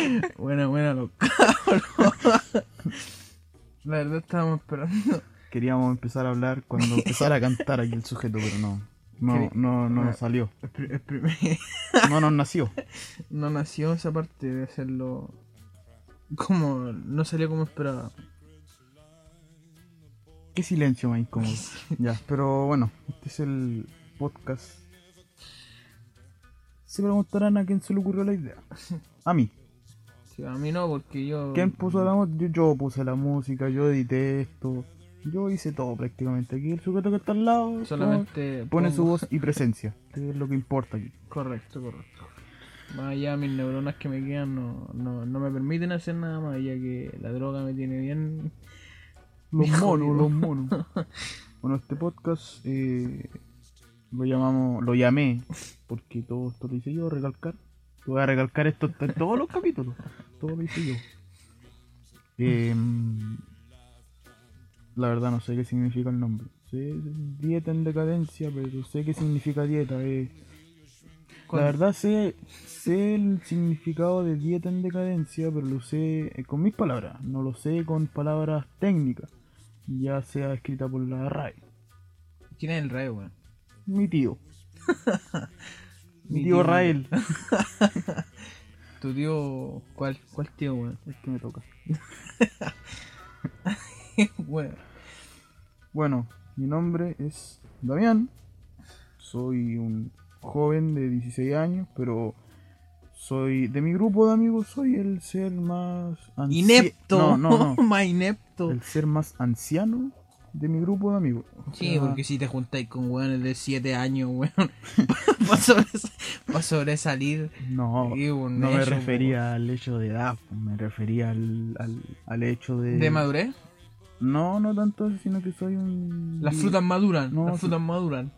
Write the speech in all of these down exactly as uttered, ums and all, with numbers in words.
Buena, buena los cabros. La verdad estábamos esperando. Queríamos empezar a hablar cuando empezara a cantar aquí el sujeto, pero no. No, no, no nos salió. El, pri- el primer... No nos nació. No nació esa parte de hacerlo como... No salió como esperaba. Qué silencio más incómodo. Ya, pero bueno, este es el podcast. Se preguntarán a quién se le ocurrió la idea. A mí. Sí, a mí no, porque yo... ¿Quién puso la música? Yo, yo puse la música, yo edité esto. Yo hice todo prácticamente. Aquí el sujeto que está al lado Solamente pone pongo- su voz y presencia, que es lo que importa aquí. Correcto, correcto. Más allá mis neuronas que me quedan no, no, no me permiten hacer nada más, ya que la droga me tiene bien... Los bien monos, jodido. los monos. Bueno, este podcast eh, lo llamamos, lo llamé, porque todo esto lo hice yo, recalcar. Voy a recalcar esto en todos los capítulos. Todo lo hice yo. Eh, la verdad no sé qué significa el nombre. Sé dieta en decadencia, pero sé qué significa dieta. Eh. La ¿Cuándo? verdad sé, sé el significado de dieta en decadencia, pero lo sé eh, con mis palabras. No lo sé con palabras técnicas, ya sea escrita por la R A E. ¿Quién es el rey, weón? Mi tío. Mi Mi tío tío. Rael. Tu tío... ¿Cuál, cuál tío, weón? Es que me toca. Weón. Bueno, mi nombre es Damián. Soy un joven de dieciséis años, pero soy de mi grupo de amigos soy el ser más anci- Inepto. No, no, no. Más inepto. El ser más anciano de mi grupo de amigos. O Sí, sea, porque si te juntáis con weones de siete años, weón, para sobres- pa sobresalir. No, y un no me hecho, refería al hecho de edad, me refería al, al, al hecho de... ¿De madurez? No, no tanto eso, sino que soy un... Las frutas maduran, No, las sí. frutas maduran.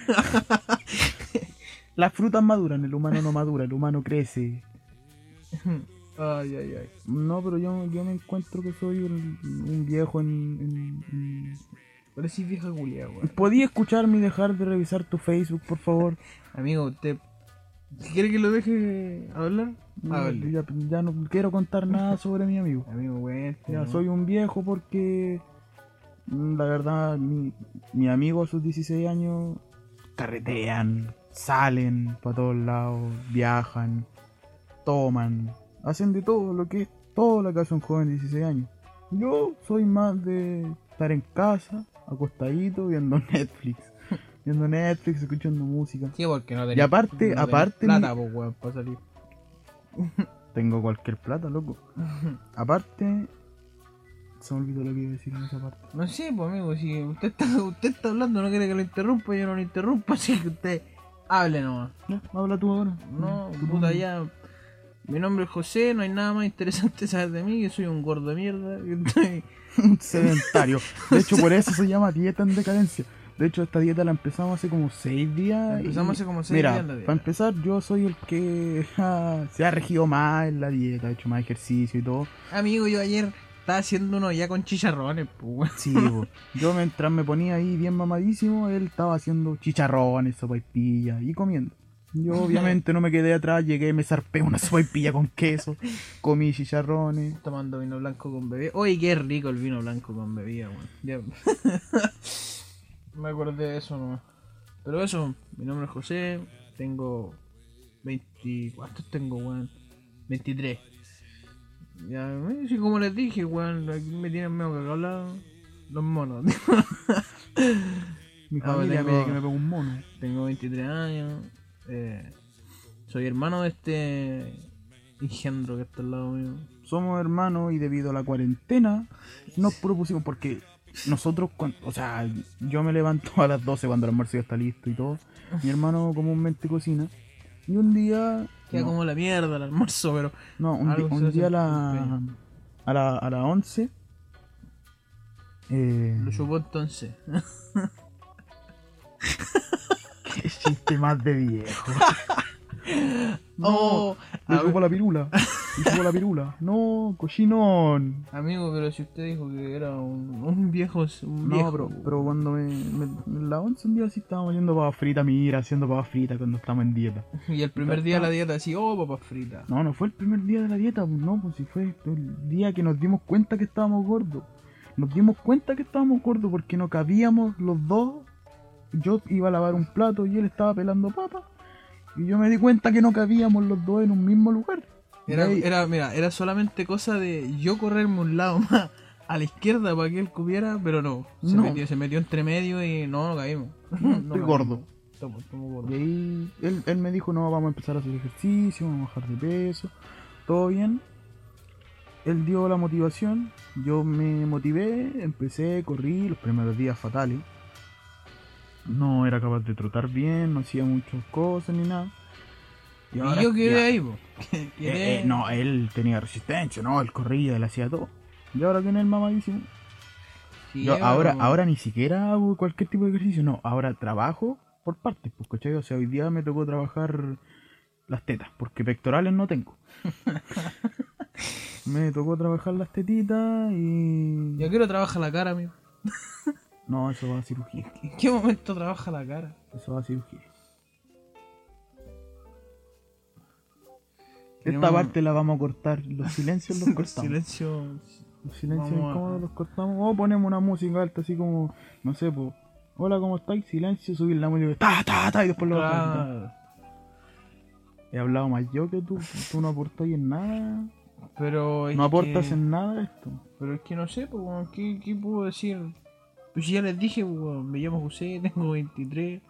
Las frutas maduran, el humano no madura, el humano crece. Ay, ay, ay. No, pero yo, yo me encuentro que soy un, un viejo en... en- en- Parecís vieja culia, weón. ¿Podía escucharme y dejar de revisar tu Facebook, por favor? Amigo, usted... ¿Quiere que lo deje hablar? Hable. Ya, ya no quiero contar nada sobre mi amigo. Amigo, weón. Ya, soy un viejo porque... mm, La verdad, mi, mi amigo a sus dieciséis años carretean, salen para todos lados, viajan, toman, hacen de todo lo que es todo lo que hace un joven de dieciséis años. Yo soy más de estar en casa, acostadito, viendo Netflix. Viendo Netflix, escuchando música. Sí, porque no Y tenía... aparte, no aparte... tenía plata, pues, weón, para salir. Tengo cualquier plata, loco. Aparte... Se me olvidó lo que iba a decir en esa parte. No sé, pues, amigo, si usted está, usted está hablando, no quiere que lo interrumpa, yo no lo interrumpo, así que usted hable nomás. Ya, habla tú ahora. No, Tú puta, tú. ya. Mi nombre es José, no hay nada más interesante saber de mí, que soy un gordo de mierda. Que estoy... Un sedentario. De hecho, por eso se llama dieta en decadencia. De hecho, esta dieta la empezamos hace como seis días. Empezamos y- hace como seis Mira, días la dieta. para empezar, yo soy el que ja, se ha regido más en la dieta, he hecho más ejercicio y todo. Amigo, yo ayer estaba haciendo uno ya con chicharrones, pues, weón. Sí, po. Yo mientras me ponía ahí bien mamadísimo, él estaba haciendo chicharrones, sopaipillas y comiendo. Yo obviamente no me quedé atrás, llegué, me zarpé una sopaipilla con queso, comí chicharrones. Tomando vino blanco con bebida. Oye, qué rico el vino blanco con bebida, weón. Ya. Me acordé de eso nomás. Pero eso, mi nombre es José, tengo veinte... ¿Cuántos tengo, weón? veintitrés. Ya, eh, sí, como les dije, weón, aquí me tienen medio cagado la- los monos. Mi Ah, familia tengo- me, que me pegó un mono. Tengo veintitrés años. Eh, soy hermano de este engendro que está al lado mío. Somos hermanos y debido a la cuarentena nos propusimos porque nosotros, cuan- o sea, yo me levanto a las doce cuando el almuerzo ya está listo y todo. Mi hermano comúnmente cocina y un día... Queda no, como la mierda el almuerzo, pero no, un, di- algo se un hace día a con la, empeño. a la a las once eh, Lo chupó entonces. qué chiste más de viejo. Oh, Le a chupó ver. la pirula. Y subo la pirula. No, cochinón. Amigo, pero si usted dijo que era un, un viejo, un No, viejo. pero, pero cuando me, me, en la once un día sí estábamos yendo papas fritas, mira, haciendo papas fritas cuando estamos en dieta. Y el primer día de la dieta así, oh, papas fritas. No, no fue el primer día de la dieta, pues no, pues si fue el día que nos dimos cuenta que estábamos gordos. Nos dimos cuenta que estábamos gordos porque no cabíamos los dos. Yo iba a lavar un plato y él estaba pelando papas. Y yo me di cuenta que no cabíamos los dos en un mismo lugar. Era, ahí... era, mira, era solamente cosa de yo correrme un lado más a la izquierda para que él cupiera, pero no. Se, No. Metió, se metió entre medio y no, no caímos. No, estoy gordo. Estamos, estamos gordos. Y ahí él, él me dijo, no, vamos a empezar a hacer ejercicio, vamos a bajar de peso, todo bien. Él dio la motivación, yo me motivé, empecé, corrí, los primeros días fatales. No era capaz de trotar bien, no hacía muchas cosas ni nada. Y, ahora yo quedé ya- ahí, po. Eh, Quedé- eh, no, él tenía resistencia, no, él corría, él hacía todo. Y ahora viene el mamadísimo. Sí, Yo pero- ahora, ahora ni siquiera hago cualquier tipo de ejercicio, no, ahora trabajo por partes, pues, ¿cachai? O sea, hoy día me tocó trabajar las tetas, porque pectorales no tengo. Me tocó trabajar las tetitas y... Yo quiero trabajar la cara, amigo. No, eso va a cirugía, ¿En qué momento trabaja la cara? eso va a cirugía. Tenemos- Esta parte la vamos a cortar, los silencios los cortamos. Silencio. Los silencios Vamos a- incómodos los cortamos. O ponemos una música alta así como, no sé, pues, hola, ¿cómo estáis? Silencio, subir la música, ta, ta, ta, y después lo bajamos. Claro. He hablado más yo que tú, tú no aportas en nada. Pero es No aportas que... en nada esto. Pero es que no sé, pues, weón, ¿qué, ¿qué puedo decir? Pues si ya les dije, pues, weón, me llamo José, tengo veintitrés.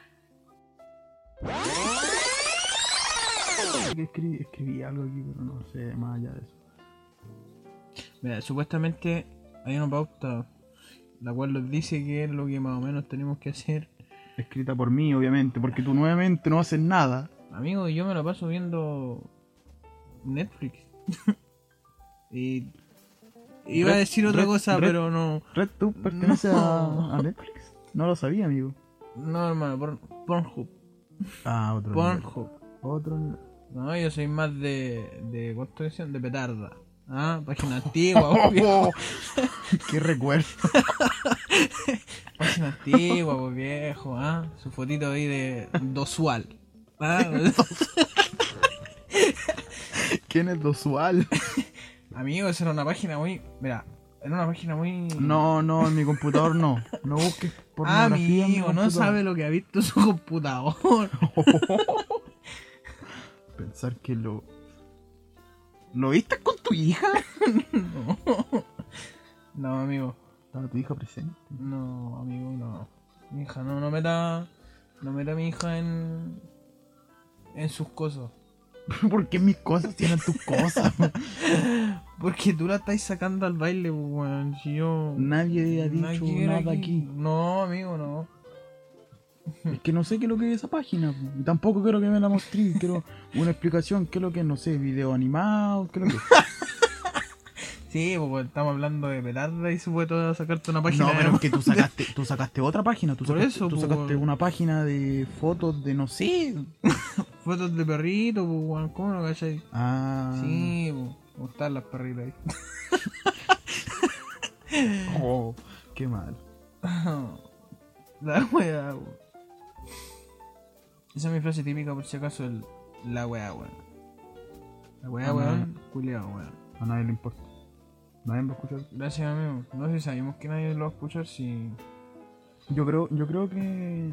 Que escribí, escribí algo aquí, pero no sé más allá de eso. Mira, supuestamente hay una pauta la cual nos dice que es lo que más o menos tenemos que hacer. Escrita por mí, obviamente, porque tú nuevamente no haces nada. Amigo, yo me la paso viendo Netflix. Y iba a Red- decir otra Red- cosa, Red- pero no. Red, ¿tú perteneces No. a, a Netflix? No lo sabía, amigo. No, hermano, Porn- Pornhub. Ah, otro nivel. Pornhub. Otro nivel. No, yo soy más de. de construcción de petarda. Ah, página antigua, obvio. Oh, qué recuerdo. Página antigua, pues viejo, ah. Su fotito ahí de Dosual. Ah, ¿Quién es Dosual? amigo, esa era una página muy. Mira, era una página muy. No, no, en mi computador no. No busques pornografía en mi Amigo, no computador. sabe lo que ha visto su computador. Pensar que lo... ¿Lo viste con tu hija? No. No, amigo. Estaba tu hija presente. No, amigo, no. Mi hija, no, no meta. No meta a mi hija en. en sus cosas. ¿Por qué mis cosas tienen tus cosas? Porque tú la estás sacando al baile, pues, weón. Si yo. Nadie ha dicho Nada que ver nada aquí. No, amigo, no. Es que no sé qué es lo que es esa página. Po. Y tampoco quiero que me la mostréis. Quiero una explicación. ¿Qué es lo que es? No sé, video animado. ¿Qué es lo que es? Sí, pues estamos hablando de petarda y se puede todo sacarte una página. No, de- pero es que tú sacaste, tú sacaste otra página. Tú Por sacaste, eso, tú po, sacaste weón. una página de fotos de no sé. Fotos de perrito, pues, weón. ¿Cómo no cachai? Ah. Sí, pues. Me gustan las perritas ahí. Oh, qué mal. La weá, weón. Esa es mi frase típica, por si acaso, el, la weá, weón. La weá, Ah, weón. Culeado, weón. A nadie le importa. Nadie va a escuchar. Gracias, amigo. No sé si sabemos que nadie lo va a escuchar, si... Yo creo, yo creo que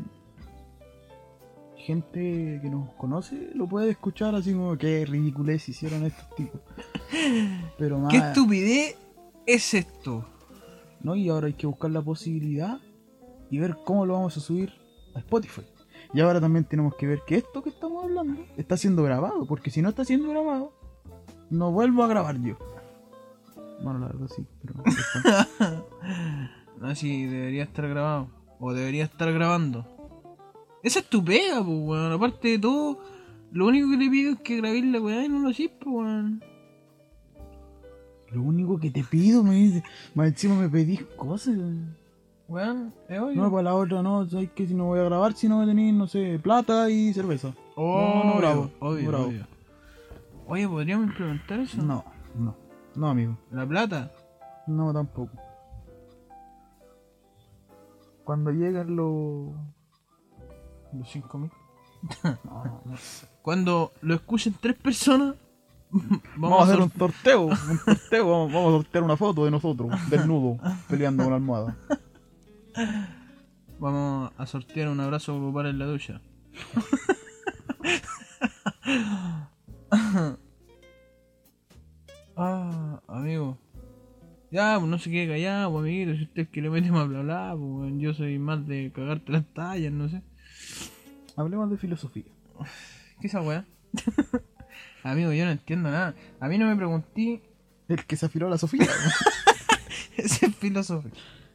gente que nos conoce lo puede escuchar así como que ridiculez hicieron estos tipos. Pero más. ¿Qué estupidez es esto? ¿No? Y ahora hay que buscar la posibilidad y ver cómo lo vamos a subir a Spotify. Y ahora también tenemos que ver que esto que estamos hablando está siendo grabado, porque si no está siendo grabado, no vuelvo a grabar yo. Bueno, la verdad sí, pero... No, si debería estar grabado. O debería estar grabando. Esa es tu pega, pues, weón. Aparte de todo, lo único que te pido es que grabéis la weá y no lo hacís, pues, weón. Lo único que te pido, me dice, más encima me pedís cosas. Weón, es obvio. No, para la otra no, sabes que si no voy a grabar, si no tenéis, no sé, plata y cerveza. Oh, no, no grabo, Obvio, no grabo. obvio. Oye, ¿podríamos implementar eso? No, no, no, amigo. ¿La plata? No, tampoco. Cuando llegan los... Los cinco mil. No, no sé. Cuando lo escuchen tres personas, vamos, Vamos a hacer sor- un sorteo, un sorteo, vamos, vamos a sortear una foto de nosotros, desnudo, peleando con la almohada. vamos a sortear un abrazo grupal en la ducha. Ah, amigo. Ya, pues no se quede callado, pues, amiguito. Si usted es que le mete más bla bla, pues weón, yo soy más de cagarte las tallas, no sé. Hablemos de filosofía. ¿Qué es esa weá? Amigo, yo no entiendo nada. A mí no me pregunté. El que se afiló a la Sofía. Ese es filosofía.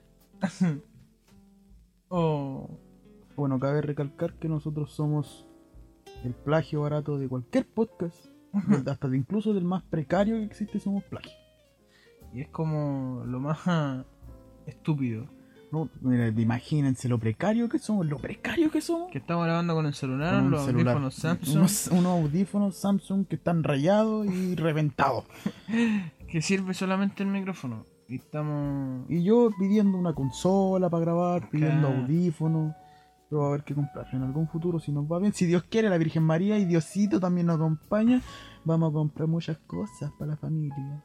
Oh. Bueno, cabe recalcar que nosotros somos el plagio barato de cualquier podcast, del- hasta de incluso del más precario que existe, somos plagio. Y es como lo más estúpido. No, mira, imagínense lo precario que somos, lo precario que somos. Que estamos grabando con el celular, Con un los celular. audífonos Samsung. Unos, unos audífonos Samsung que están rayados y reventados. Que sirve solamente el micrófono. Y estamos. Y yo pidiendo una consola para grabar, pidiendo Claro. audífonos. Pero va a haber que comprar en algún futuro si nos va bien. Si Dios quiere, la Virgen María y Diosito también nos acompaña. Vamos a comprar muchas cosas para la familia.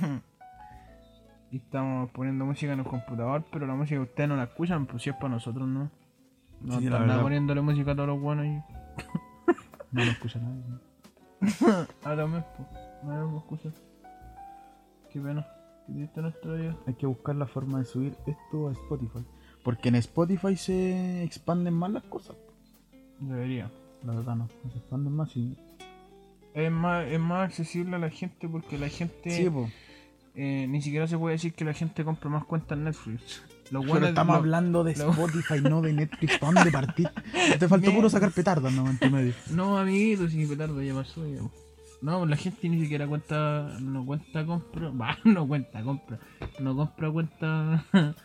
Y estamos poniendo música en el computador, pero la música ustedes no la escuchan, pues si es para nosotros, ¿no? No Sí, la están verdad. poniéndole música a todos los buenos y. No lo escucha nadie. ¿no? Ahora también, pues. Nadie lo escucha. Qué pena. Qué triste nuestra vida. Hay que buscar la forma de subir esto a Spotify. Porque en Spotify se expanden más las cosas. Debería. La verdad no, no se expanden más y... Es más, es más accesible a la gente porque la gente. Sí, po. eh, ni siquiera se puede decir que la gente compra más cuentas en Netflix. Los Pero buenos- estamos lo- hablando de lo- Spotify, no de Netflix. ¿Para dónde partir? Te faltó puro sacar petardas, ¿no? En tu medio. No, amiguitos, si petardo ya pasó. Ya. No, la gente ni siquiera cuenta, no cuenta compra, bah, no cuenta compra, no compra cuenta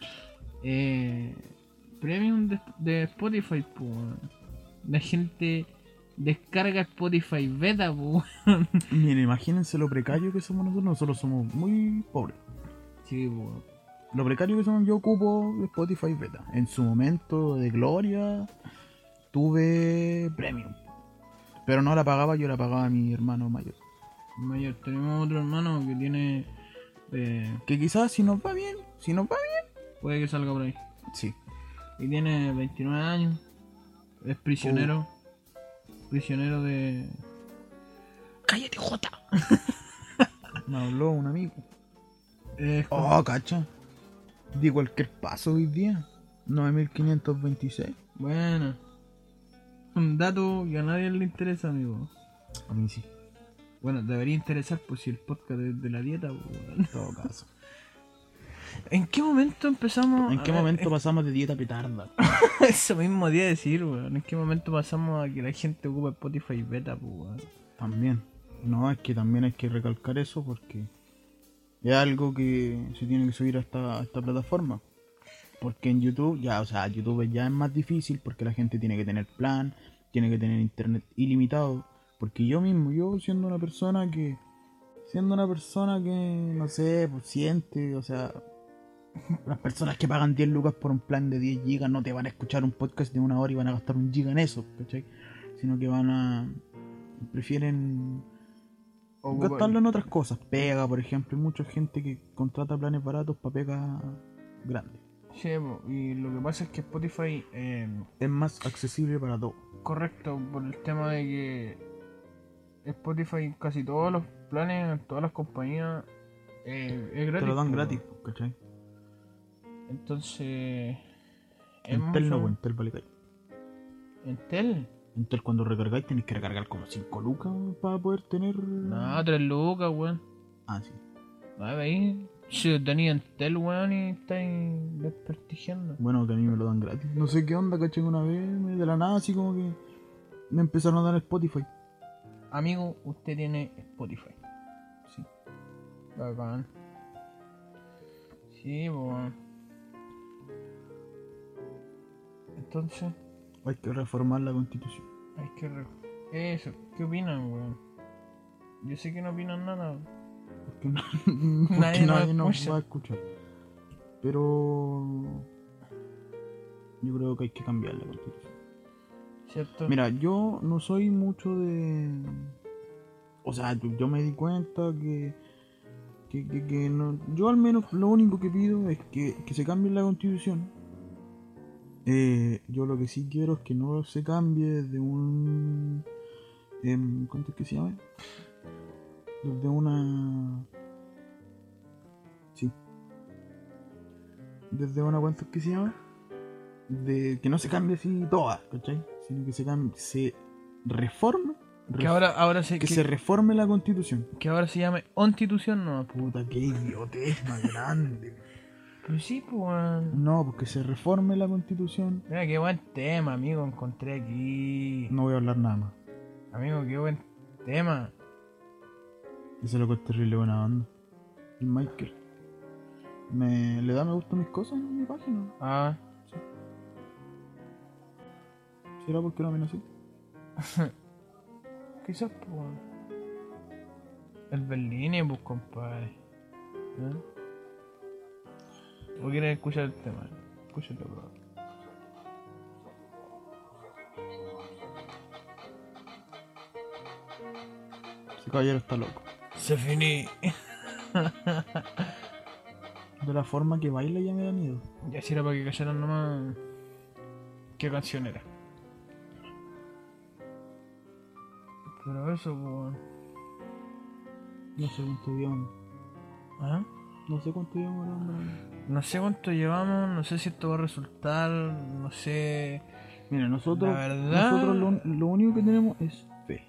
eh, premium de, de Spotify, pues. La gente descarga Spotify beta, pues. Miren, imagínense lo precario que somos nosotros. Nosotros somos muy pobres. Sí, pues. Lo precario que somos, yo ocupo Spotify beta. En su momento de gloria tuve premium. Pero no la pagaba, yo la pagaba a mi hermano mayor. Mayor, tenemos otro hermano que tiene, eh, Que quizás si nos va bien, si nos va puede que salga por ahí. bien. Sí. Y tiene veintinueve años, es prisionero, prisionero de... ¡Cállate, Jota! Me habló un amigo. Es como- Oh, cacha. Di cualquier paso hoy día. nueve mil quinientos veintiséis. Bueno, un dato que a nadie le interesa, amigo. A mí sí, Bueno, debería interesar por si el podcast es de la dieta. Weón. en todo caso. ¿En qué momento empezamos? ¿En a- qué momento pasamos de dieta petarda? Eso mismo día decir, weón. ¿En qué momento pasamos a que la gente ocupe Spotify beta, pues, weón? También. No, es que también hay que recalcar eso porque es algo que se tiene que subir a esta, a esta plataforma. Porque en YouTube, ya, o sea, YouTube ya es más difícil porque la gente tiene que tener plan, tiene que tener internet ilimitado. Porque yo mismo, yo siendo una persona que, siendo una persona que, no sé, pues siente, o sea, las personas que pagan diez lucas por un plan de diez gigas no te van a escuchar un podcast de una hora y van a gastar un giga en eso, ¿cachai? Sino que van a, prefieren Ocupa- gastarlo en otras cosas. Pega, por ejemplo, hay mucha gente que contrata planes baratos para pega grandes. Sí, po, y lo que pasa es que Spotify, eh, Es más accesible para todos. correcto, por el tema de que Spotify, casi todos los planes, todas las compañías, eh, es gratis. Te lo dan po. gratis, ¿cachai? Entonces, es Entel no, mucho- pues, Entel vale caro. Entel. Entel cuando recargáis tenéis que recargar como cinco lucas para poder tener... No, tres lucas, weón. Ah, sí. A ver, si tenía Entel, weón, y estáis desprestigiando. Bueno, que a mí me lo dan gratis. No sé qué onda, caché, que una vez me- de la nada así como que me empezaron a dar Spotify. Amigo, usted tiene Spotify. Sí. Bacán. Sí, weón. Entonces, Hay que reformar la constitución. hay que... re- Eso, ¿qué opinan, weón? Yo sé que no opinan nada. Porque, no, porque Nadie nadie, nos nos escucha. va a escuchar. Pero yo creo que hay que cambiar la constitución. ¿Cierto? Mira, yo no soy mucho de... O sea, yo, yo me di cuenta que... que, que, que no... Yo al menos lo único que pido es que, que se cambie la constitución. Eh, yo lo que sí quiero es que no se cambie de un... Eh, ¿Cuánto es que se llama? Desde una... Sí. Desde una... ¿Cuánto es que se llama? De que no se cambie así toda, ¿cachai? Sino que se cambie, se reforme, Que ahora, ahora se, que, que, se reforme la constitución. que ahora se llame Constitución, no. Puta, qué idiotez más grande. Pero sí, pues, weón. No, porque se reforme la constitución. Mira, qué buen tema, amigo, encontré aquí. No voy a hablar nada más. Amigo, qué buen tema. Ese loco es terrible buena onda. El Michael. Me, le da me gusta a mis cosas en mi página. Ah, ¿Será porque no me nací? quizás, pues, weón. El Berlín, pues, compadre. ¿Eh? ¿O quieres escuchar el tema? Escúchalo, bro. Ese caballero está loco. Se finí. De la forma que baila ya me da miedo. Ya si era para que callaran nomás. ¿Qué canción era? Pero eso, pues. No sé cuánto llevamos. ¿Ah? No sé cuánto llevamos hablando. No sé cuánto llevamos, no sé si esto va a resultar, no sé. Mira, nosotros, La verdad- nosotros lo, lo único que tenemos es fe.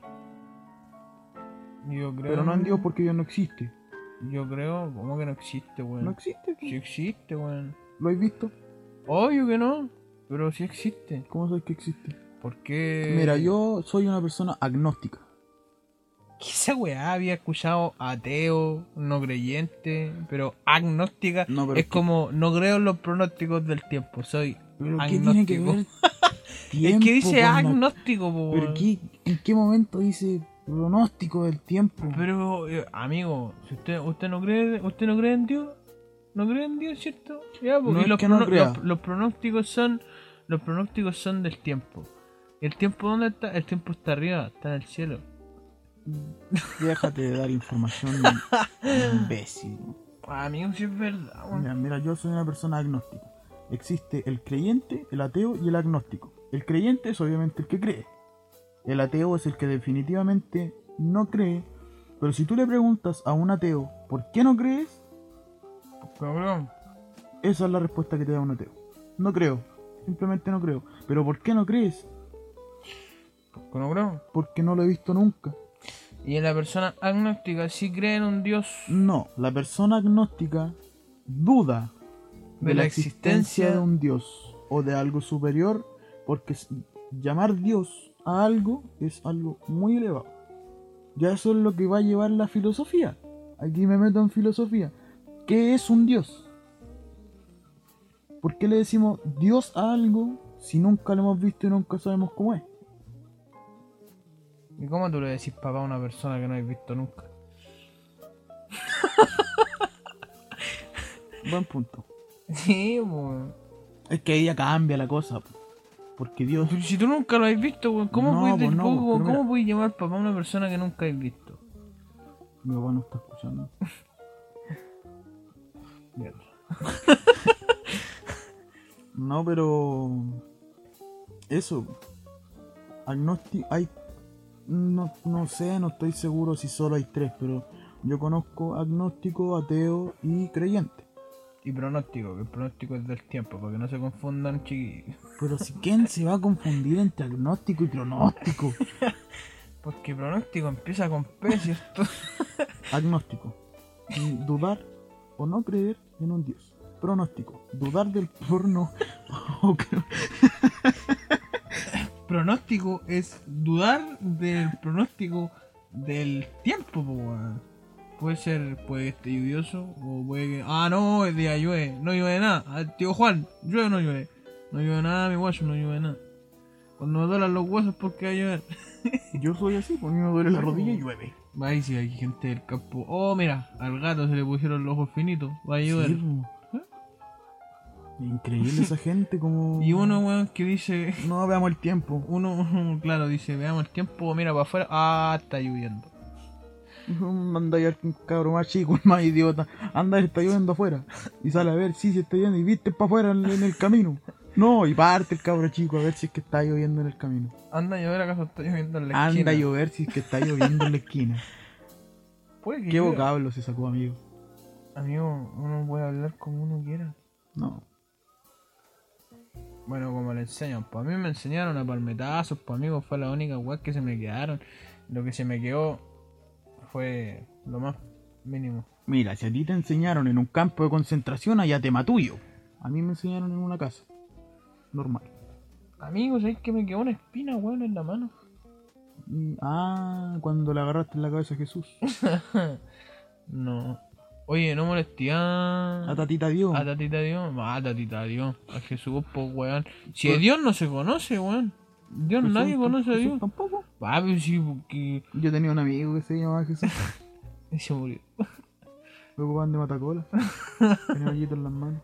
Yo creo. Pero no en Dios porque Dios no existe. Yo creo, ¿cómo que no existe, weón? No existe. Sí existe, weón. ¿Lo habéis visto? Obvio que no, pero sí existe. ¿Cómo sabes que existe? ¿Por qué? Mira, yo soy una persona agnóstica. ¿Qué esa weá había escuchado ateo, no creyente, pero agnóstica? No, pero es es que- como, no creo en los pronósticos del tiempo, soy ¿Pero qué agnóstico. tiene que ver Es tiempo que dice con la- agnóstico, po, ¿Pero weón. qué, en qué momento dice pronóstico del tiempo? Pero, eh, amigo, si usted usted no cree, usted no cree en Dios, no cree en Dios, ¿cierto? Ya, porque No es los, que no prono- crea. los, los pronósticos son, los pronósticos son del tiempo. ¿Y el tiempo dónde está? El tiempo está arriba, está en el cielo. Déjate de dar información imbécil. Ah, amigo, si es verdad, weón. Mira, mira, yo soy una persona agnóstica. Existe el creyente, el ateo y el agnóstico. El creyente es obviamente el que cree. El ateo es el que definitivamente no cree. Pero si tú le preguntas a un ateo, ¿por qué no crees? Cabrón. Esa es la respuesta que te da un ateo. No creo. Simplemente no creo. ¿Pero por qué no crees? Cabrón. Porque no lo he visto nunca. Y en la persona agnóstica sí cree en un Dios No, la persona agnóstica duda de, de la la existencia existencia de un Dios o de algo superior, porque s- llamar Dios a algo es algo muy elevado. Ya eso es lo que va a llevar la filosofía. Aquí me meto en filosofía. ¿Qué es un Dios? ¿Por qué le decimos Dios a algo si nunca lo hemos visto y nunca sabemos cómo es? ¿Y cómo tú le decís papá a una persona que no has visto nunca? Buen punto. Sí, pues. Es que ahí ya cambia la cosa. po. Porque Dios... Pero si tú nunca lo has visto, weón, ¿cómo No, puedes pues no, ¿cómo, pero cómo mira. puedes llamar papá a una persona que nunca has visto? Mi papá no está escuchando. Mierda. No, pero... Eso. Agnóstico... Hay... No, no sé, no estoy seguro si solo hay tres, pero yo conozco agnóstico, ateo y creyente. Y pronóstico, que el pronóstico es del tiempo, para que no se confundan, chiquillos. Pero si quién se va a confundir entre agnóstico y pronóstico. Porque pronóstico empieza con P, ¿cierto? Agnóstico. Dudar o no creer en un dios. Pronóstico. Dudar del porno o cre- Pronóstico es dudar del pronóstico del tiempo, po, weón. Puede ser, puede que esté lluvioso, o puede que... Ah, no, el día llueve, no llueve nada. Ah, tío Juan, llueve o no llueve. No llueve nada, mi guacho, no llueve nada. Cuando me duelen los huesos, porque va a llover. Yo soy así, pues a mí me duele la rodilla y llueve. Va y si hay gente del campo. Oh, mira, al gato se le pusieron los ojos finitos. Va a llover. Sí, po. Increíble esa gente como... Y uno, weón, que dice. No veamos el tiempo. Uno, claro, dice, veamos el tiempo, mira para afuera. Ah, está lloviendo. Anda ya un cabro más chico, más idiota. Anda, está lloviendo afuera. Y sale a ver, sí, si está lloviendo. Y viste para afuera en, en el camino. No, y parte el cabro chico a ver si es que está lloviendo en el camino. Anda a llover, acaso está lloviendo en la esquina. Anda a llover si es que está lloviendo en la esquina. Puede que ¿Qué llueva. vocablo se sacó, amigo? Amigo, uno puede hablar como uno quiera. No. Bueno, como le enseñan, pues a mí me enseñaron a palmetazos, pues amigo, fue la única weá que se me quedaron. Lo que se me quedó fue lo más mínimo. Mira, si a ti te enseñaron en un campo de concentración, allá tema tuyo. A mí me enseñaron en una casa. Normal. Amigo, ¿sabes que me quedó una espina, weón, en la mano? Y- ah, cuando le agarraste en la cabeza a Jesús. No. Oye, no molesté a... A tatita Dios. A tatita Dios. Ah, a tatita Dios. A Jesús, pues, weón. Si a Dios no se conoce, weón. Dios, Jesús nadie tam- conoce a Jesús Dios. tampoco. Ah, pero sí, porque... Yo tenía un amigo que se llamaba Jesús. Y se murió. Lo ocupaban de matacola. Tenía hoyitos en las manos.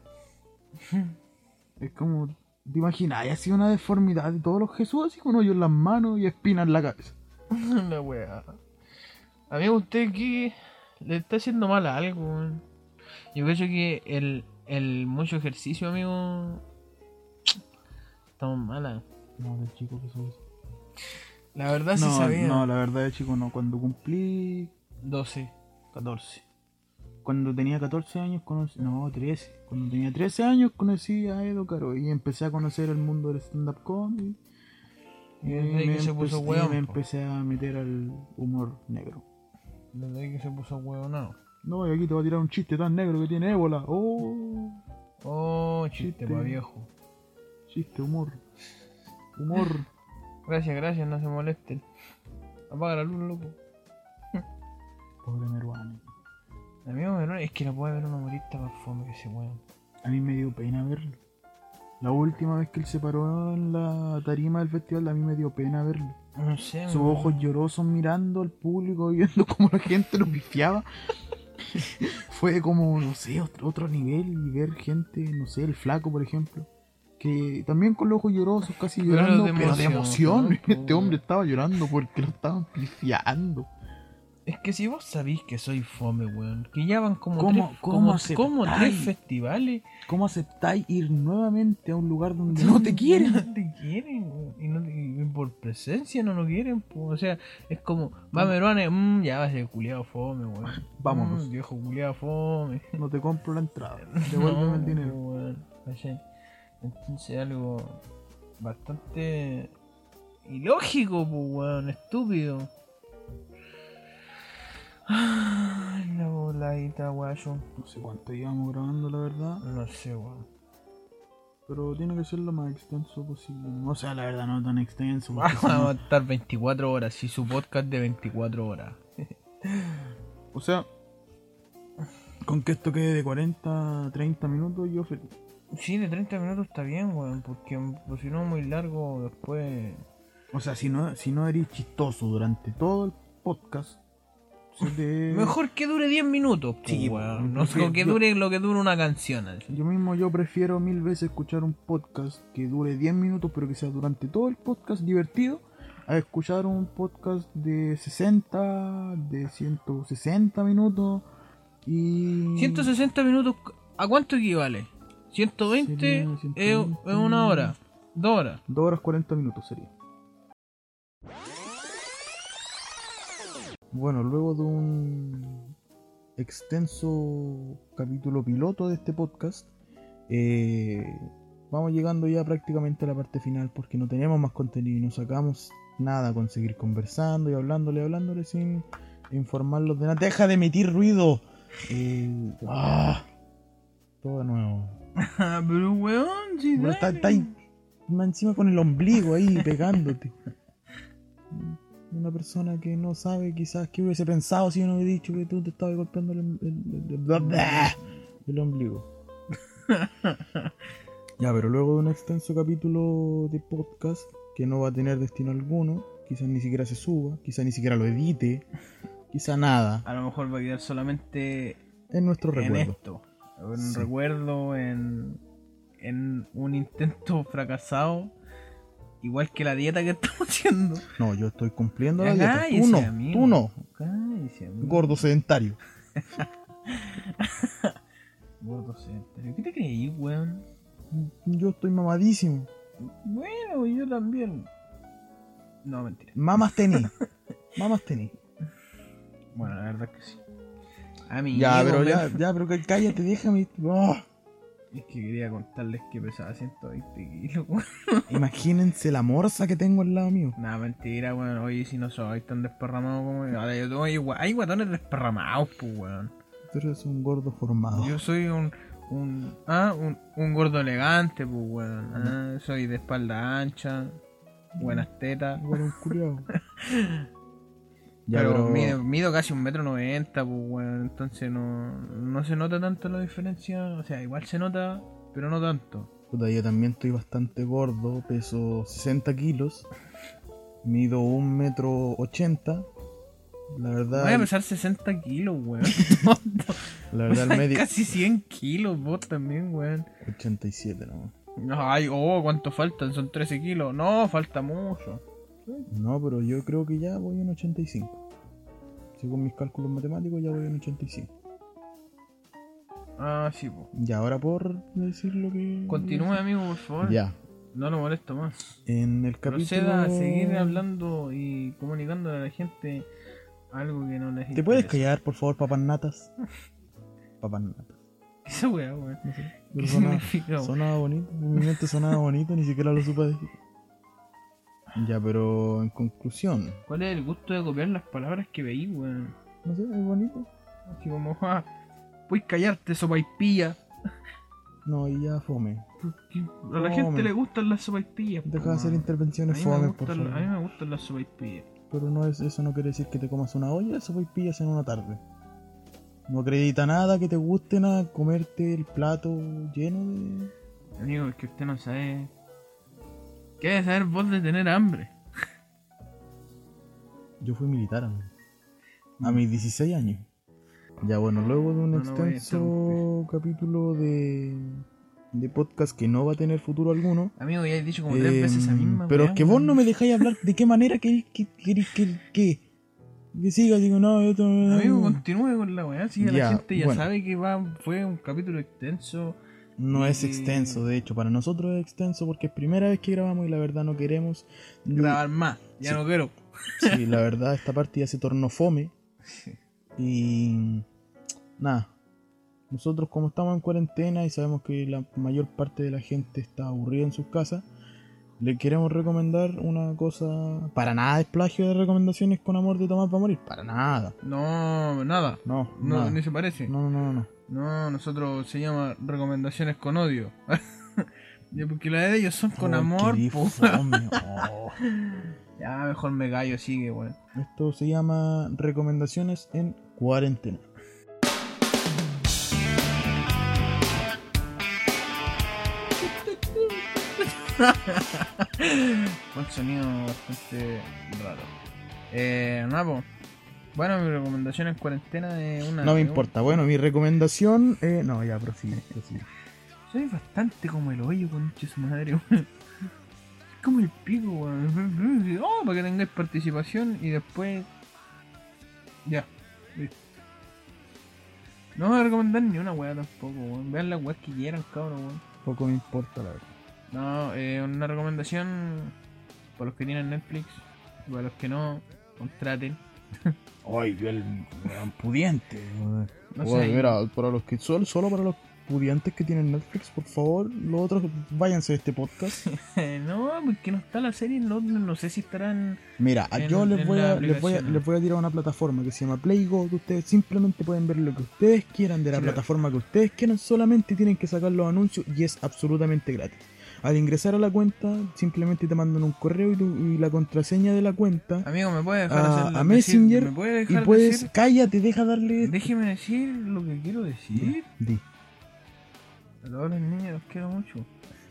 Es como... ¿Te imaginas? Hay así una deformidad de todos los Jesús, así con hoyos en las manos y espinas en la cabeza. La weá. Amigo, usted que le está haciendo mal a algo, weón. Yo creo que el, el mucho ejercicio, amigo, estamos malas. No, del chico que soy. La verdad sí No, sabía. no, la verdad de chico no. Cuando cumplí doce. catorce. Cuando tenía catorce años conocí... No, trece. Cuando tenía trece años conocí a Edo Caro y empecé a conocer el mundo del stand-up comedy. Y desde ahí que se puso empecé, weón, me po. empecé a meter al humor negro. Desde ahí que se puso huevonado. No, y aquí te va a tirar un chiste tan negro que tiene ébola. Oh, Oh, chiste Chiste. pa' viejo. chiste, humor. Humor. Gracias, gracias, no se molesten. Apaga la luz, loco. Pobre Meruane. Amigo, pero es que no puede haber un humorista más fome que ese weón. A mí me dio pena verlo. La última vez que él se paró en la tarima del festival, a mí me dio pena verlo. No sé, Sus weón. ojos llorosos mirando al público, viendo cómo la gente lo pifiaba. Fue como, no sé, otro, otro nivel. Y ver gente, no sé, el flaco, por ejemplo, que también con los ojos llorosos, casi Pero llorando, de pero de emoción, emoción. ¿no? Este hombre estaba llorando porque lo estaban pifiando. Es que si vos sabís que soy fome, weón, que ya van como ¿Cómo- tres, cómo como, aceptáis? como tres festivales. ¿Cómo aceptáis ir nuevamente a un lugar donde no te quieren? No te quieren, weón, y, no te- y por presencia no lo quieren, po. O sea, es como, va Meruane, mmm, ya va a ser culiado fome, weón. Vámonos. Mm, viejo culiado fome. No te compro la entrada. Devuélveme No, el dinero. weón, ¿cachai? Entonces algo bastante ilógico, pues, weón, estúpido. Ay, la voladita, guayo. No sé cuánto llevamos grabando, la verdad. No sé, weón. Pero tiene que ser lo más extenso posible. O sea, la verdad, no tan extenso. porque si Vamos no- a estar veinticuatro horas, si su podcast de veinticuatro horas. O sea, con que esto quede de cuarenta, treinta minutos, yo feliz. Sí, de treinta minutos está bien, weón, porque pues, si no muy largo después... O sea, si no, si no eres chistoso durante todo el podcast, se te- Mejor que dure diez minutos, pues, Sí, weón. No porque sé, que yo- dure lo que dure una canción. así. Yo mismo yo prefiero mil veces escuchar un podcast que dure diez minutos, pero que sea durante todo el podcast divertido, a escuchar un podcast de sesenta, de ciento sesenta minutos y... ciento sesenta minutos, ¿a cuánto equivale? ciento veinte Sería es, ciento veinte. es una hora, dos horas. dos horas cuarenta minutos sería. Bueno, luego de un extenso capítulo piloto de este podcast, eh, vamos llegando ya prácticamente a la parte final porque no tenemos más contenido y no sacamos nada con seguir conversando y hablándole, hablándole sin informarlos de nada. ¡Deja de emitir ruido! Eh, ¡ah! Todo de nuevo. Pero weón, si Pero dale. está, está ahí más encima con el ombligo ahí pegándote. Una persona que no sabe quizás qué hubiese pensado si yo no hubiera dicho que tú te estabas golpeando el, el, el- el- el ombligo. Ya, pero luego de un extenso capítulo de podcast que no va a tener destino alguno, quizás ni siquiera se suba, quizás ni siquiera lo edite, quizás nada. A lo mejor va a quedar solamente En nuestro en recuerdo. esto. En un Sí. recuerdo, en, en un intento fracasado. Igual que la dieta que estamos haciendo. No, yo estoy cumpliendo Ya la dieta. cállese, Tú no, amigo. tú no. Cállese, amigo. Gordo sedentario. Gordo sedentario. ¿Qué te creí, weón? Yo estoy mamadísimo. Bueno, yo también. No, mentira. Mamas tení. Mamas tení. Bueno, la verdad es que sí. Amigo, Ya, pero me- ya, ya, pero que cállate, déjame. Oh. Es que quería contarles que pesaba ciento veinte kilos, weón. Imagínense la morsa que tengo al lado mío. Nada, mentira, weón. Oye, si no soy tan desparramado como yo. Ahora yo tengo, hay gua- hay guatones desparramados, pues, weón. Tú eres un gordo formado. Yo soy un, un, ah, un, un gordo elegante, pues, weón. Ah, soy de espalda ancha, buenas tetas. Igual un culiao. Ya, pero pero- mido, mido casi un metro noventa, pues, weón. Entonces no, no se nota tanto la diferencia. O sea, igual se nota, pero no tanto. Puta, yo también estoy bastante gordo, peso sesenta kilos, mido un metro ochenta. La verdad, Voy a pesar sesenta kilos, weón. la verdad el médico... Casi cien kilos, vos también, weón. ochenta y siete, ¿no? Ay, oh, ¿cuánto faltan? Son trece kilos. No, falta mucho. No, pero yo creo que ya voy en ochenta y cinco. Según mis cálculos matemáticos ya voy en ochenta y cinco. Ah, sí, pues. Y ahora por decir lo que... Continúe, amigo, por favor. Ya. No lo molesto más. En el capítulo... Proceda a seguir hablando y comunicando a la gente algo que no les ¿Te puedes interesa. callar, por favor, papas natas? Papas natas. ¿Qué esa weá, weón? No sé. ¿Qué Pero sonaba, significa, weón? sonaba bonito. En mi mente sonaba bonito, ni siquiera lo supe decir. Ya, pero en conclusión, ¿Cuál es el gusto de copiar las palabras que veí, weón? no sé, es bonito. Así como, ah, puedes callarte, sopaipilla. No, y ya fome. Porque a la Fome. gente le gustan las sopaipillas. po, Deja de hacer weón. intervenciones A mí me fomes, por gustan- A mí favor. me gustan las sopaipillas. Pero no es, eso no quiere decir que te comas una olla de sopaipillas en una tarde. No acredita nada que te guste nada comerte el plato lleno de... Amigo, es que usted no sabe. ¿Qué debe saber vos de tener hambre? Yo fui militar, amigo. A mis dieciséis años. Ya bueno, luego de un No, no voy a extenso capítulo de, de podcast que no va a tener futuro alguno. Amigo, ya he dicho como tres em, veces esa misma. pero weá, es que vos weón. no me dejáis hablar de qué manera queréis que, queréis que, que, que siga. Digo, no, yo te- Amigo, continúe con la weá. Si ya Ya, la gente ya bueno. sabe que va, fue un capítulo extenso. No es y- extenso, de hecho, para nosotros es extenso porque es primera vez que grabamos y la verdad no queremos Grabar más. Ya Sí. no quiero. Sí, la verdad esta parte ya se tornó fome. Y nada, nosotros como estamos en cuarentena y sabemos que la mayor parte de la gente está aburrida en sus casas, le queremos recomendar una cosa. Para nada es plagio de recomendaciones con amor de Tomás va a morir, para nada. No, nada. No, No, nada. ni se parece. no, no, no, no. No, nosotros se llama recomendaciones con odio. Ya, porque la de ellos son con Oh, amor, qué po. fome. Oh. Ya, mejor me callo, sigue, weón. Esto se llama recomendaciones en cuarentena. Un sonido bastante raro. Eh, nada, po. Bueno, mi recomendación en cuarentena es una. No me es un- importa. Bueno, mi recomendación. Eh, no, ya, prosigue, prosigue. Soy bastante como el hoyo, conche su madre, weón. Es como el pico, weón. Oh, para que tengáis participación y después. Ya, listo. No voy a recomendar ni una weá tampoco, weón. Vean las weas que quieran, cabrón, weón. Poco me importa, la verdad. No, eh, una recomendación para los que tienen Netflix y para los que no, contraten. Ay, el pudiente. No Bueno, sé, mira, para los que solo, solo para los pudientes que tienen Netflix, por favor, los otros váyanse de este podcast. no, porque no está la serie, no, no sé si estarán. Mira, a- En- yo les en voy, la a, les, voy a, aplicación. les voy a tirar una plataforma que se llama Playgo, que ustedes simplemente pueden ver lo que ustedes quieran de la Sí, pero- plataforma que ustedes quieran, solamente tienen que sacar los anuncios y es absolutamente gratis. Al ingresar a la cuenta, simplemente te mandan un correo y, tu- y la contraseña de la cuenta Amigo, ¿me puede dejar a, hacer a decir- Messenger ¿me puede y dejar puedes... decir? Cállate, deja darle... Déjeme decir lo que quiero decir. Di. A todos los niños los quiero mucho.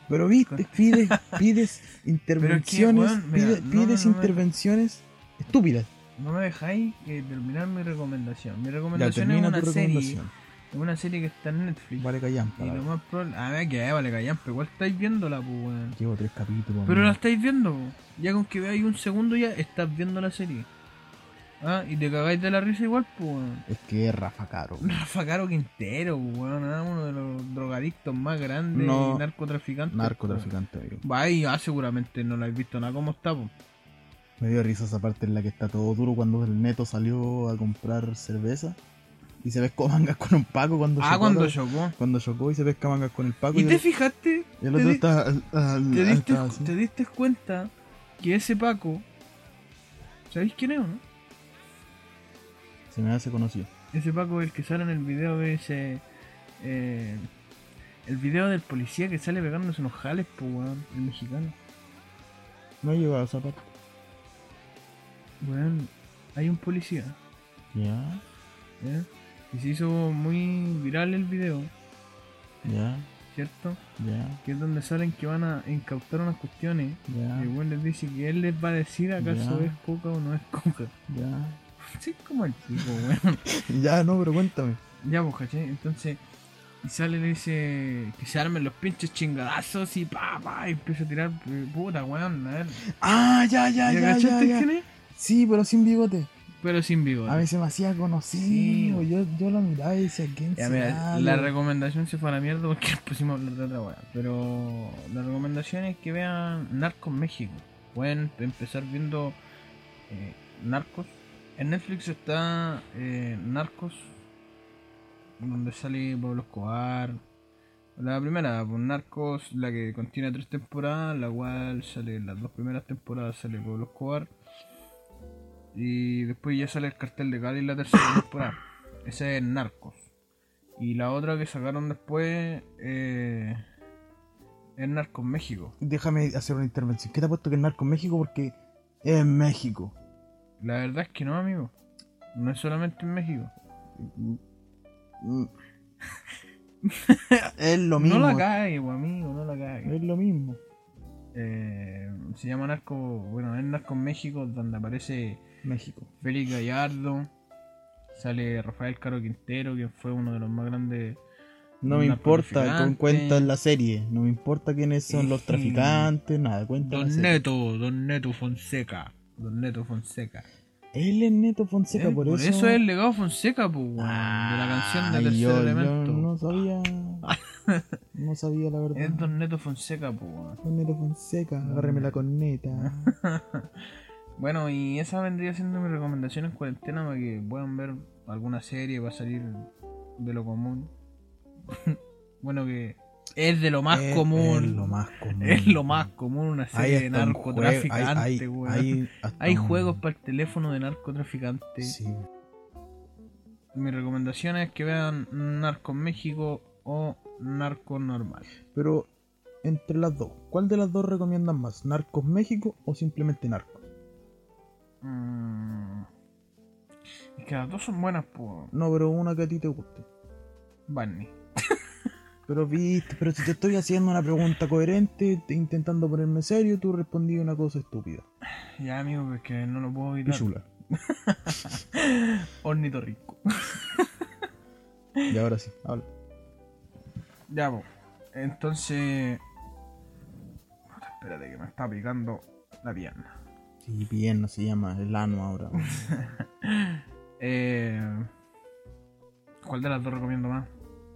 Pero viste, pides, pides intervenciones, weón, mira, pide- no pides me- no me- intervenciones estúpidas. No me dejáis eh, terminar mi recomendación. Mi Ya, recomendación es termina una tu serie. recomendación. Es una serie que está en Netflix. Vale, callampa. Y lo Vale. más probable. A ver, que vale, callan, pero igual estáis viéndola, pues, weón. Llevo tres capítulos. Pero amigo. la estáis viendo, po. Ya con que veáis un segundo ya estás viendo la serie. Ah, y te cagáis de la risa igual, pues, weón. Es que es Rafa Caro. Rafa Caro Quintero, pues, weón. ah, Uno de los drogadictos más grandes No, y narcotraficantes. Narcotraficante, amigo. pues. Va y ah, seguramente no la habéis visto nada como está, pues. Me dio risa esa parte en la que está todo duro cuando el Neto salió a comprar cerveza. Y se pescó mangas con un Paco cuando Ah, chocó. cuando la- chocó. Cuando chocó y se pesca mangas con el Paco. ¿Y y te el, fijaste? y el ¿Te otro di- está. al- al- ¿Te diste, está así. te diste cuenta que ese Paco, ¿sabéis quién es o no? Se me hace conocido. Ese Paco es el que sale en el video de ese. eh, el video del policía que sale pegándose unos jales, pues, weón, el mexicano. No he llegado a esa parte. Weón, hay un policía, Ya, ¿ya? Y se hizo muy viral el video, ya, ¿cierto? ya, Que es donde salen que van a incautar unas cuestiones. ya, Y el weón les dice que él les va a decir acaso Ya. es coca o no es coca. ya. Sí, como el tipo, weón. Ya, no, pero cuéntame. Ya, pues, ¿cachai? Entonces, y sale y le dice que se armen los pinches chingadazos y pa, pa, y empieza a tirar, eh, puta, weón, a ver. Ah, ya, ya, ¿Ya ya, ya, cachaste ya. quién es? Sí, pero sin bigote. Pero sin bigote. A mí se me hacía conocido. Sí. yo, yo lo miraba y decía, ¿quién Ya, será? mira, la Yo- recomendación se fue a la mierda porque pusimos a hablar de otra weá. Pero la recomendación es que vean Narcos México. Pueden empezar viendo eh, Narcos. En Netflix está eh, Narcos, donde sale Pablo Escobar. La primera, pues Narcos, la que contiene tres temporadas, la cual sale las dos primeras temporadas sale Pablo Escobar. Y después ya sale el cartel de Cali en la tercera temporada. Ese es Narcos. Y la otra que sacaron después eh, es Narcos México. Déjame hacer una intervención. ¿Qué te ha puesto que es Narco en México? Porque es en México. La verdad es que no, amigo. No es solamente en México. Mm. Es lo mismo. No la cague, pues, amigo, no la cague. Es lo mismo. Eh, se llama Narco, bueno, es Narcos México, donde aparece México. Félix Gallardo, sale Rafael Caro Quintero, quien fue uno de los más grandes. No me importa, con narcotraficantes. cuenta en la serie. No me importa quiénes son los traficantes, nada, cuenta en la Don serie. Neto, Don Neto Fonseca. Don Neto Fonseca. Él es Neto Fonseca, Eh, por, por eso. eso es el legado Fonseca, pues, weón, de la canción de Ay, Tercer yo, Elemento. yo no sabía. No sabía la verdad. Es Don Neto Fonseca, pues, weón. Don Neto Fonseca, agárreme la corneta. Bueno, y esa vendría siendo mi recomendación en cuarentena para que puedan ver alguna serie, va a salir de lo común. Bueno, que es de lo más Es- común. Es lo más común. Es lo más común, una Hay serie de hasta un narcotraficantes, jue- hay- hay- weón. hay hasta Hay un- juegos para el teléfono de narcotraficantes. Sí. Mi recomendación es que vean Narcos México o Narcos Normal. Pero entre las dos, ¿cuál de las dos recomiendan más? ¿Narcos México o simplemente Narcos? Mm. Es que las dos son buenas, pues. No, pero una que a ti te guste. Barney. Pero viste, pero si te estoy haciendo una pregunta coherente, te- intentando ponerme serio, tú respondí una cosa estúpida. Ya, amigo, pues que no lo puedo evitar. Pichula. Ornitorrinco. Y ahora sí, habla. Ya, pues. Entonces. Puta, espérate que me está picando la pierna. Sí, bien, no se llama el ano ahora. Eh, ¿Cuál de las dos recomiendo más?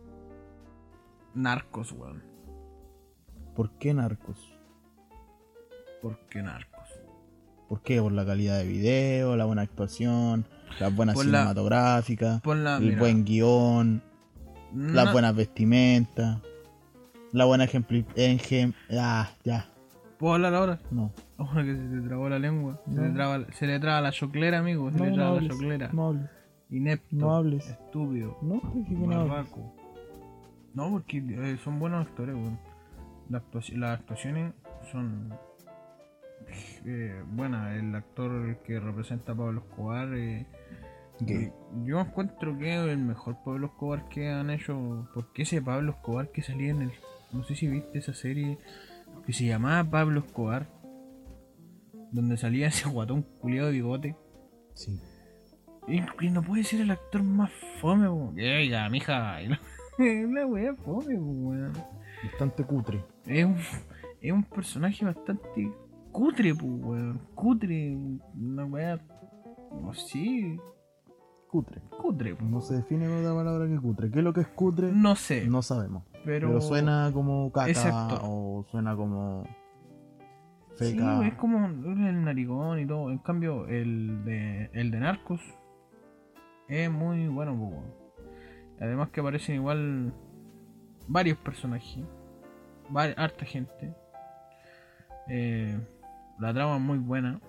Narcos, weón. ¿Por qué Narcos? ¿Por qué Narcos? ¿Por qué? Por la calidad de video, la buena actuación, las buenas Por la- cinematográficas, Por la. el mira, buen guión, las na- buenas vestimentas, la buena ejemplo... Ejem... Ah, ya, ¿Puedo hablar ahora? no. Ahora que se te trabó la lengua. Se, No. le traba, se le traba la choclera, amigo. Se No, le no traba la hables, choclera. no hables, Inepto. no hables. Estúpido. No, dije que no hables. Barbaco. No, porque eh, son buenos actores, weón. La actua- las actuaciones son eh, buenas. El actor que representa a Pablo Escobar, eh, Gay. eh, yo encuentro que es el mejor Pablo Escobar que han hecho. Porque ese Pablo Escobar que salía en el No sé si viste esa serie que se llamaba Pablo Escobar, donde salía ese guatón culiado de bigote. Sí. Y, y no puede ser el actor más fome, po. Oiga, mija. La wea fome, po, weón. Bastante cutre. Es un, es un personaje bastante cutre, pues, weón. Cutre. Una wea. No sé. Cutre. Cutre, po. No se define con otra palabra que cutre. ¿Qué es lo que es cutre? No sé. No sabemos. Pero, Pero suena como caca. Exacto. O suena como Sí, feca. es como el narigón y todo. En cambio, el de, el de Narcos es muy bueno, po, weón. Además que aparecen igual varios personajes. Var- harta gente. Eh, la trama es muy buena.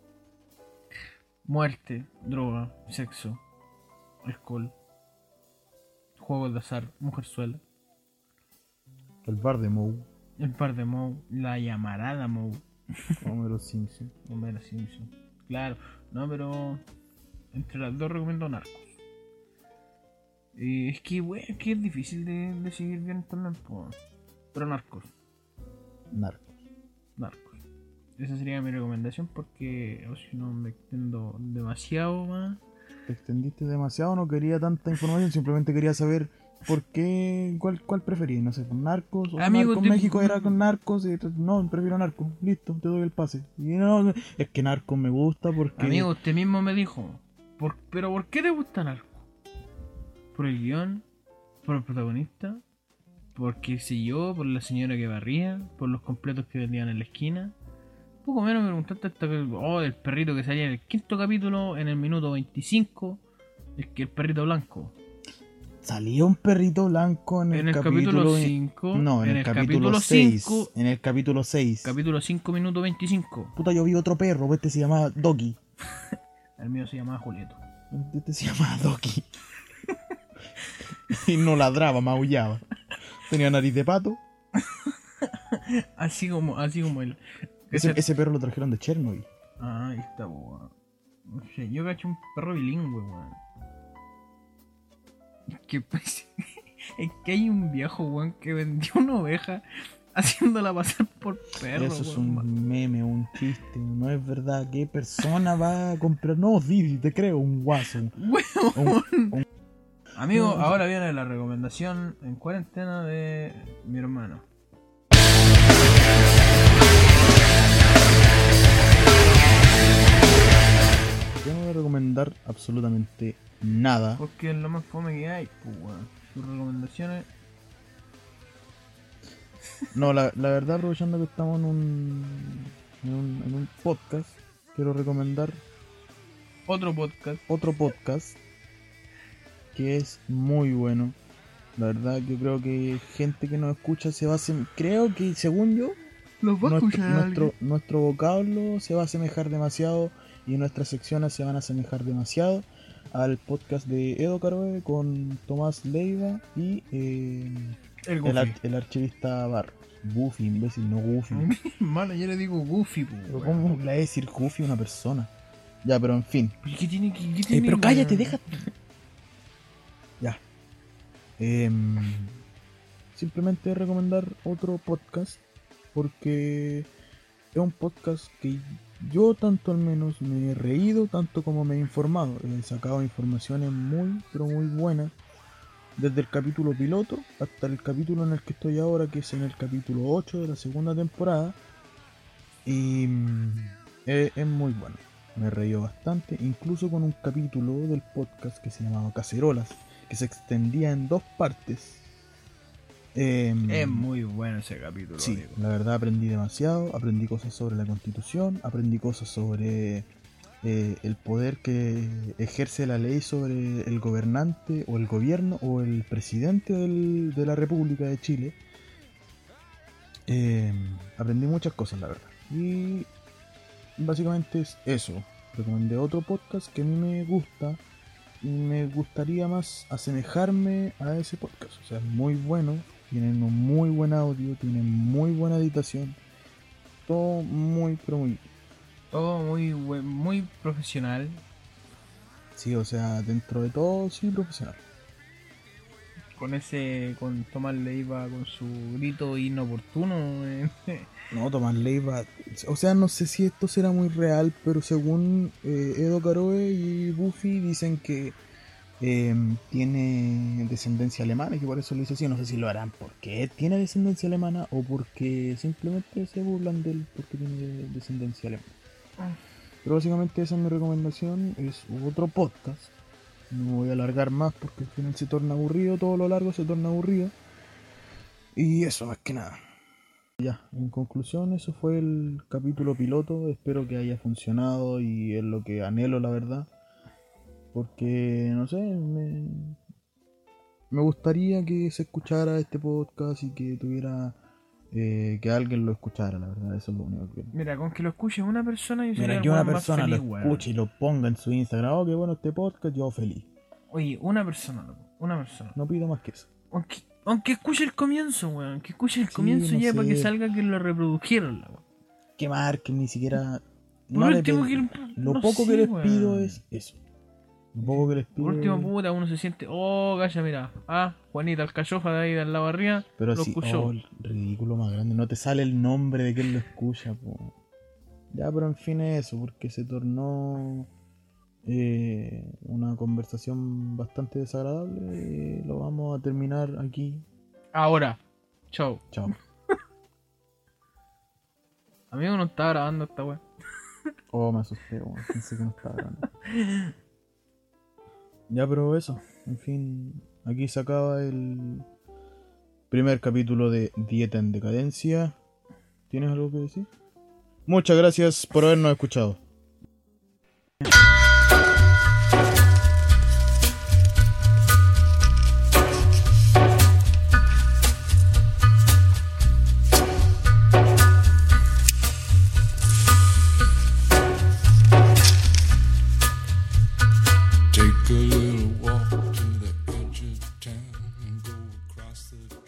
Muerte, droga, sexo, alcohol, juegos de azar, mujerzuela, El bar de Moe. el par de Moe, la llamarada Moe, Homero Simpson. Homero Simpson. Claro, no, pero entre las dos recomiendo Narcos. Y es que, wey, es que es difícil de, de seguir bien también, po. Pero Narcos, Narcos. Narcos. Esa sería mi recomendación porque o si no me extiendo demasiado más. Te extendiste demasiado, no quería tanta información, simplemente quería saber por qué, cuál, cuál preferís, no sé, con Narcos o Amigo, Narcos te- México era con Narcos y no, prefiero Narcos, listo, te doy el pase. Y no, es que Narcos me gusta porque Amigo, usted mismo me dijo, ¿por, pero ¿por qué te gusta Narcos? ¿Por el guión? ¿Por el protagonista? ¿Por qué sé yo? ¿Por la señora que barría? ¿Por los completos que vendían en la esquina? Poco menos me preguntaste hasta que, oh, el perrito que salía en el quinto capítulo, en el minuto veinticinco, es que el perrito blanco. salía un perrito blanco en el, En el capítulo capítulo cinco, No, en, en el, el capítulo capítulo seis. cinco. En el capítulo seis. Capítulo cinco, minuto veinticinco. Puta, yo vi otro perro, pues este se llamaba Doki. El mío se llamaba Julieto. Este se llamaba Doki. Y no ladraba, maullaba. Tenía nariz de pato. Así como, así como él. Ese, Ese- ese perro lo trajeron de Chernobyl. Ah, ahí está, weón. No sé, yo cacho un perro bilingüe, weón. Es que, pues, es que hay un viejo, weón, que vendió una oveja haciéndola pasar por perro, Eso es weón. un meme, un chiste, no es verdad. ¿Qué persona va a comprar? No, sí, te creo, un guaso. Weón. Amigo, un- ahora viene la recomendación en cuarentena de mi hermano. Yo no voy a recomendar absolutamente nada. Porque es lo más fome que hay, pues, weón. Sus recomendaciones. No, la, la verdad, aprovechando que estamos en un, en un, en un podcast, quiero recomendar Otro podcast. otro podcast que es muy bueno. La verdad, yo creo que gente que nos escucha se va a asem- creo que según yo, Los va a nuestro, escuchar nuestro, alguien. nuestro vocablo se va a asemejar demasiado y nuestras secciones se van a asemejar demasiado al podcast de Edo Caroe con Tomás Leiva y eh, El el, ar- Goofy. el archivista Barros. Goofy, imbécil, no Goofy. Mano, yo le digo Goofy, pues, Pero weón. ¿cómo le va a decir Goofy a una persona? Ya, pero en fin. ¿Pero qué tiene que.? qué Eh, tiene pero que- cállate, déjate. Ya. Em, simplemente recomendar otro podcast porque es un podcast que yo tanto al menos me he reído, tanto como me he informado. He sacado informaciones muy, pero muy buenas. Desde el capítulo piloto hasta el capítulo en el que estoy ahora, que es en el capítulo ocho de la segunda temporada. Y mm, es, es muy bueno. Me he reído bastante, incluso con un capítulo del podcast que se llamaba Cacerolas, que se extendía en dos partes. Em, Es muy bueno ese capítulo, Sí, amigo. la verdad aprendí demasiado, aprendí cosas sobre la Constitución, aprendí cosas sobre eh, el poder que ejerce la ley sobre el gobernante o el gobierno o el presidente del- de la República de Chile. Eh, aprendí muchas cosas, la verdad. Y básicamente es eso. Recomendé otro podcast que a mí me gusta y me gustaría más asemejarme a ese podcast. O sea, es muy bueno, tienen un muy buen audio, tienen muy buena editación, todo muy, pero muy... Todo muy, buen- muy profesional. Sí, o sea, dentro de todo, sí, profesional. con ese, con Tomás Leiva, con su grito inoportuno. eh. No, Tomás Leiva, o sea, no sé si esto será muy real, pero según eh, Edo Caroe y Buffy dicen que eh, tiene descendencia alemana y que por eso lo hizo así. No sé si lo harán porque tiene descendencia alemana o porque simplemente se burlan de él porque tiene descendencia alemana. Pero básicamente esa es mi recomendación, es otro podcast. No me voy a alargar más porque al final se torna aburrido, todo lo largo se torna aburrido. Y eso más que nada. Ya, en conclusión, eso fue el capítulo piloto. Espero que haya funcionado y es lo que anhelo, la verdad. Porque, no sé, me, me gustaría que se escuchara este podcast y que tuviera... Eh, que alguien lo escuchara, la verdad, eso es lo único que... Mira, con que lo escuche una persona y Mira, que una persona lo escuche y lo ponga en su Instagram, oh, qué bueno este podcast, yo feliz. Oye, una persona, loco, una persona. No pido más que eso. Aunque, aunque escuche el comienzo, weón. Que escuche el Sí, comienzo no ya sé. para que salga que lo reprodujeron, la weón. Que marquen, ni siquiera... Por no le último, pido- que- Lo no poco sé, que les weón. pido es eso. Lo poco que les pido Por último, es- puta, uno se siente, oh, calla, mira. Ah, Juanita Alcachofa de ahí de la barría, Pero lo sí, escuchó. oh, el ridículo más grande. No te sale el nombre de quien lo escucha, po. Ya, pero en fin es eso, porque se tornó eh, una conversación bastante desagradable. Y lo vamos a terminar aquí. Ahora, chao. Chao. Amigo, no está grabando esta weón. Oh, me asusté, weón. Pensé que no estaba grabando. Ya, pero eso. En fin, aquí se acaba el primer capítulo de Dieta en Decadencia. ¿Tienes algo que decir? Muchas gracias por habernos escuchado. Take a little walk to the edge of town and go across the